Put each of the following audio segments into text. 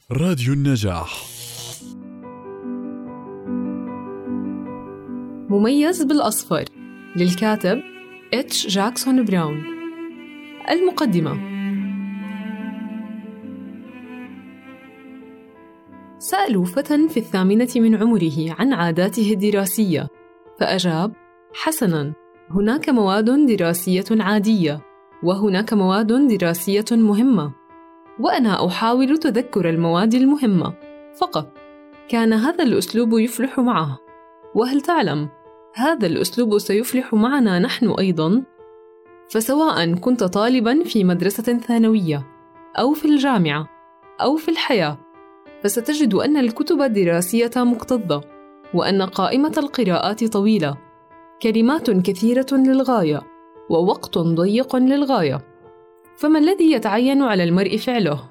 راديو النجاح. مميز بالأصفر للكاتب إتش جاكسون براون. المقدمة: سألوا فتى في 8 من عمره عن عاداته الدراسية، فأجاب: حسناً، هناك مواد دراسية عادية، وهناك مواد دراسية مهمة، وأنا أحاول تذكر المواد المهمة فقط. كان هذا الأسلوب يفلح معه، وهل تعلم، هذا الأسلوب سيفلح معنا نحن أيضاً؟ فسواء كنت طالباً في مدرسة ثانوية أو في الجامعة أو في الحياة، فستجد أن الكتب الدراسية مكتظة، وأن قائمة القراءات طويلة، كلمات كثيرة للغاية، ووقت ضيق للغاية. فما الذي يتعين على المرء فعله؟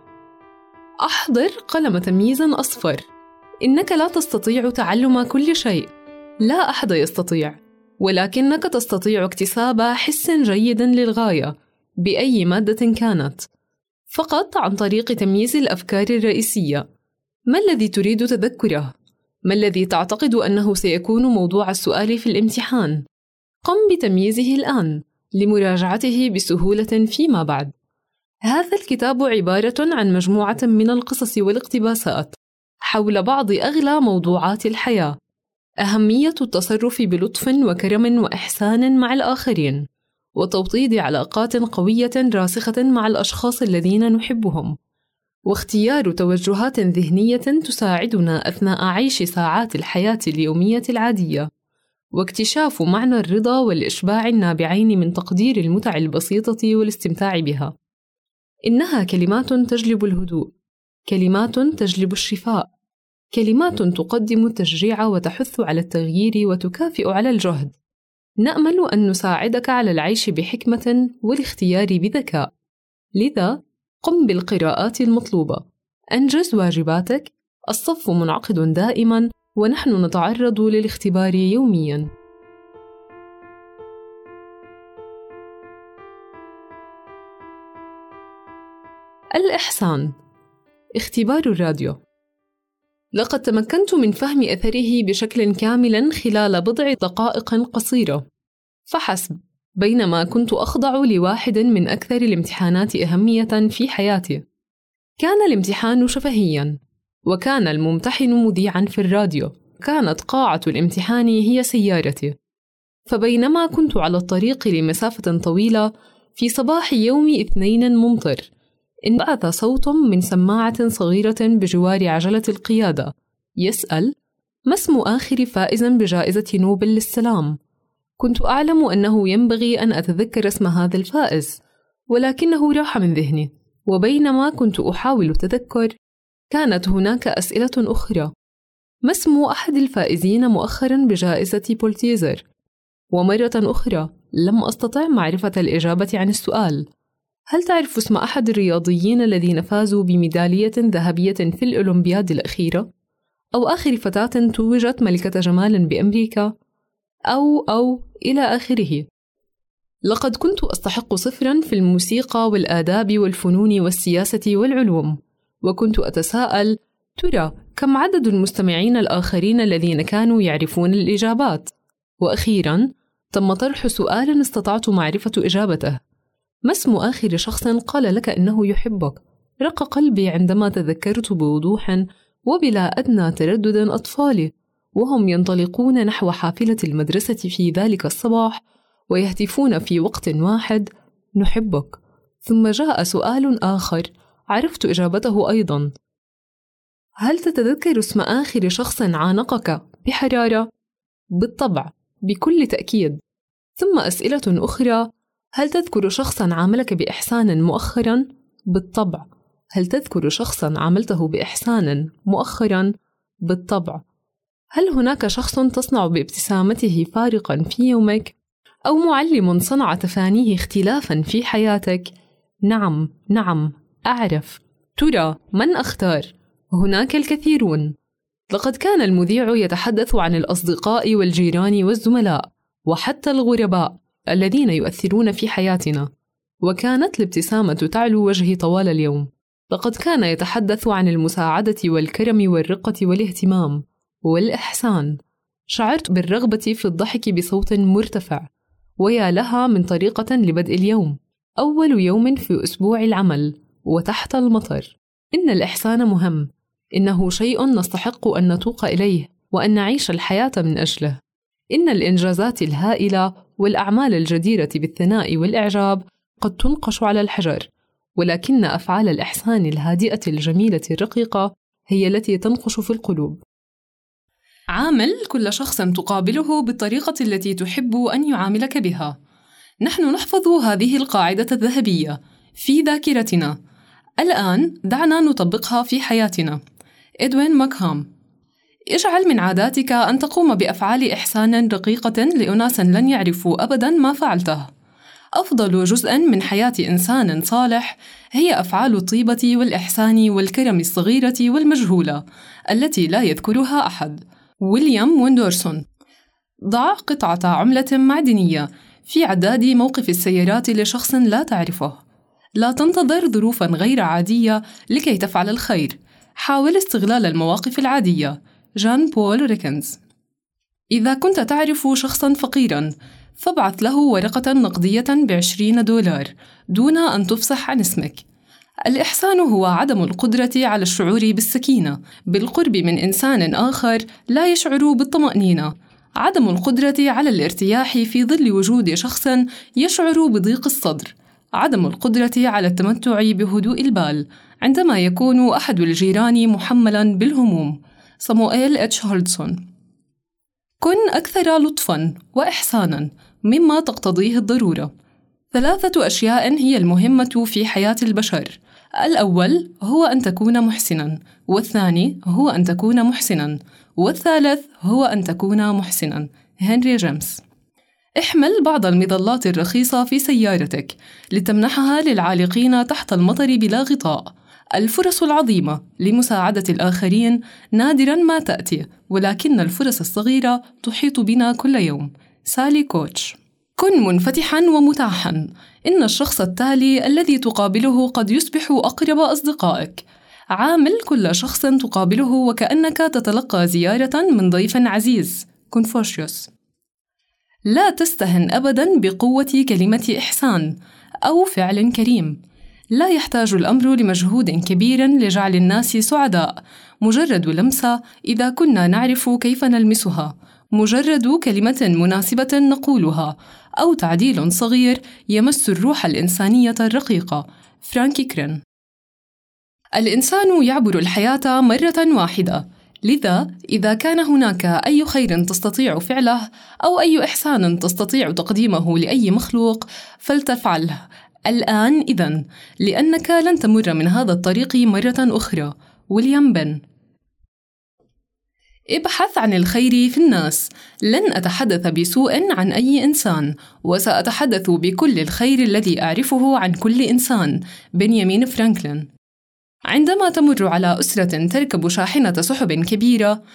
أحضر قلم تمييز أصفر. إنك لا تستطيع تعلم كل شيء، لا أحد يستطيع، ولكنك تستطيع اكتساب حس جيد للغاية بأي مادة كانت، فقط عن طريق تمييز الأفكار الرئيسية. ما الذي تريد تذكره؟ ما الذي تعتقد أنه سيكون موضوع السؤال في الامتحان؟ قم بتمييزه الآن لمراجعته بسهولة فيما بعد. هذا الكتاب عبارة عن مجموعة من القصص والاقتباسات حول بعض أغلى موضوعات الحياة: أهمية التصرف بلطف وكرم وإحسان مع الآخرين، وتوطيد علاقات قوية راسخة مع الأشخاص الذين نحبهم، واختيار توجهات ذهنية تساعدنا أثناء عيش ساعات الحياة اليومية العادية، واكتشاف معنى الرضا والإشباع النابعين من تقدير المتع البسيطة والاستمتاع بها. إنها كلمات تجلب الهدوء، كلمات تجلب الشفاء، كلمات تقدم التشجيع وتحث على التغيير وتكافئ على الجهد. نأمل أن نساعدك على العيش بحكمة والاختيار بذكاء. لذا قم بالقراءات المطلوبة، أنجز واجباتك، الصف منعقد دائماً، ونحن نتعرض للاختبار يومياً. الإحسان. اختبار الراديو. لقد تمكنت من فهم أثره بشكل كامل خلال بضع دقائق قصيرة فحسب، بينما كنت أخضع لواحد من أكثر الامتحانات أهمية في حياتي. كان الامتحان شفهياً، وكان الممتحن مذيعاً في الراديو. كانت قاعة الامتحان هي سيارتي. فبينما كنت على الطريق لمسافة طويلة في صباح يوم اثنين ممطر، انبعث صوت من سماعة صغيرة بجوار عجلة القيادة يسأل: ما اسم آخر فائز بجائزة نوبل للسلام؟ كنت أعلم أنه ينبغي أن أتذكر اسم هذا الفائز، ولكنه راح من ذهني. وبينما كنت أحاول التذكر، كانت هناك أسئلة أخرى: ما اسم أحد الفائزين مؤخراً بجائزة بولتيزر؟ ومرة أخرى لم أستطع معرفة الإجابة عن السؤال: هل تعرف اسم أحد الرياضيين الذين فازوا بميدالية ذهبية في الأولمبياد الأخيرة؟ أو آخر فتاة توجت ملكة جمال بأمريكا؟ أو إلى آخره. لقد كنت أستحق 0 في الموسيقى والآداب والفنون والسياسة والعلوم، وكنت أتساءل: ترى كم عدد المستمعين الآخرين الذين كانوا يعرفون الإجابات؟ وأخيراً تم طرح سؤال استطعت معرفة إجابته: ما اسم آخر شخص قال لك إنه يحبك؟ رق قلبي عندما تذكرت بوضوح وبلا أدنى تردد أطفالي وهم ينطلقون نحو حافلة المدرسة في ذلك الصباح ويهتفون في وقت واحد: نحبك. ثم جاء سؤال آخر عرفت إجابته أيضاً: هل تتذكر اسم آخر شخص عانقك بحرارة؟ بالطبع، بكل تأكيد. ثم أسئلة أخرى: هل تذكر شخصاً عاملك بإحسان مؤخراً؟ بالطبع. هل تذكر شخصاً عاملته بإحسان مؤخراً؟ بالطبع. هل هناك شخص تصنع بابتسامته فارقاً في يومك؟ أو معلم صنع تفانيه اختلافاً في حياتك؟ نعم، أعرف. ترى من أختار؟ هناك الكثيرون. لقد كان المذيع يتحدث عن الأصدقاء والجيران والزملاء وحتى الغرباء الذين يؤثرون في حياتنا، وكانت الابتسامة تعلو وجهي طوال اليوم. لقد كان يتحدث عن المساعدة والكرم والرقة والاهتمام والإحسان. شعرت بالرغبة في الضحك بصوت مرتفع. ويا لها من طريقة لبدء اليوم. أول يوم في أسبوع العمل وتحت المطر. إن الإحسان مهم. إنه شيء نستحق أن نتوق إليه وأن نعيش الحياة من أجله. إن الإنجازات الهائلة والأعمال الجديرة بالثناء والإعجاب قد تنقش على الحجر، ولكن أفعال الإحسان الهادئة الجميلة الرقيقة هي التي تنقش في القلوب. عامل كل شخص تقابله بالطريقة التي تحب أن يعاملك بها. نحن نحفظ هذه القاعدة الذهبية في ذاكرتنا. الآن دعنا نطبقها في حياتنا. إدوين ماكهام. اجعل من عاداتك أن تقوم بأفعال إحسان رقيقة لأناس لن يعرفوا أبداً ما فعلته. أفضل جزء من حياة إنسان صالح هي أفعال الطيبة والإحسان والكرم الصغيرة والمجهولة التي لا يذكرها أحد. ويليام ويندرسون. ضع قطعة عملة معدنية في عداد موقف السيارات لشخص لا تعرفه. لا تنتظر ظروفاً غير عادية لكي تفعل الخير. حاول استغلال المواقف العادية. جان بول ريكنز. إذا كنت تعرف شخصاً فقيراً فابعث له ورقة نقدية $20 دون أن تفصح عن اسمك. الإحسان هو عدم القدرة على الشعور بالسكينة بالقرب من إنسان آخر لا يشعر بالطمأنينة. عدم القدرة على الارتياح في ظل وجود شخص يشعر بضيق الصدر. عدم القدرة على التمتع بهدوء البال عندما يكون أحد الجيران محملاً بالهموم. صموئيل إتش هولدسون. كن أكثر لطفاً وإحساناً مما تقتضيه الضرورة. 3 أشياء هي المهمة في حياة البشر. الأول هو أن تكون محسناً، والثاني هو أن تكون محسناً، والثالث هو أن تكون محسناً. هنري جيمس. احمل بعض المظلات الرخيصة في سيارتك لتمنحها للعالقين تحت المطر بلا غطاء. الفرص العظيمة لمساعدة الآخرين نادراً ما تأتي، ولكن الفرص الصغيرة تحيط بنا كل يوم. سالي كوتش. كن منفتحاً ومتاحاً. إن الشخص التالي الذي تقابله قد يصبح أقرب أصدقائك. عامل كل شخص تقابله وكأنك تتلقى زيارة من ضيف عزيز. كونفوشيوس. لا تستهن أبداً بقوة كلمة إحسان أو فعل كريم. لا يحتاج الأمر لمجهود كبير لجعل الناس سعداء. مجرد لمسة إذا كنا نعرف كيف نلمسها، مجرد كلمة مناسبة نقولها، أو تعديل صغير يمس الروح الإنسانية الرقيقة. فرانكي كرين. الإنسان يعبر الحياة مرة واحدة، لذا إذا كان هناك أي خير تستطيع فعله أو أي إحسان تستطيع تقديمه لأي مخلوق فلتفعله الآن إذن، لأنك لن تمر من هذا الطريق مرة أخرى. ويليام بن. ابحث عن الخير في الناس. لن أتحدث بسوء عن أي إنسان، وسأتحدث بكل الخير الذي أعرفه عن كل إنسان. بنيامين فرانكلين. عندما تمر على أسرة تركب شاحنة سحب كبيرة،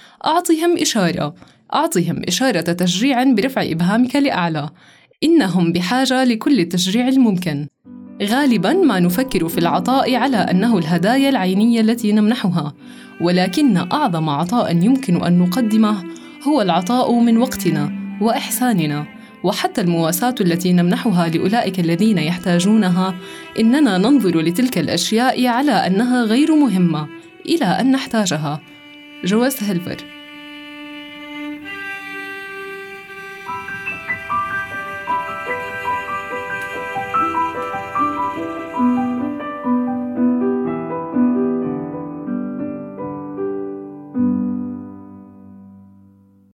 أعطهم إشارة تشجيع برفع إبهامك لأعلى. إنهم بحاجة لكل التشجيع الممكن. غالباً ما نفكر في العطاء على أنه الهدايا العينية التي نمنحها، ولكن أعظم عطاء يمكن أن نقدمه هو العطاء من وقتنا وإحساننا، وحتى المواساة التي نمنحها لأولئك الذين يحتاجونها. إننا ننظر لتلك الأشياء على أنها غير مهمة إلى أن نحتاجها. جويس هيلفر.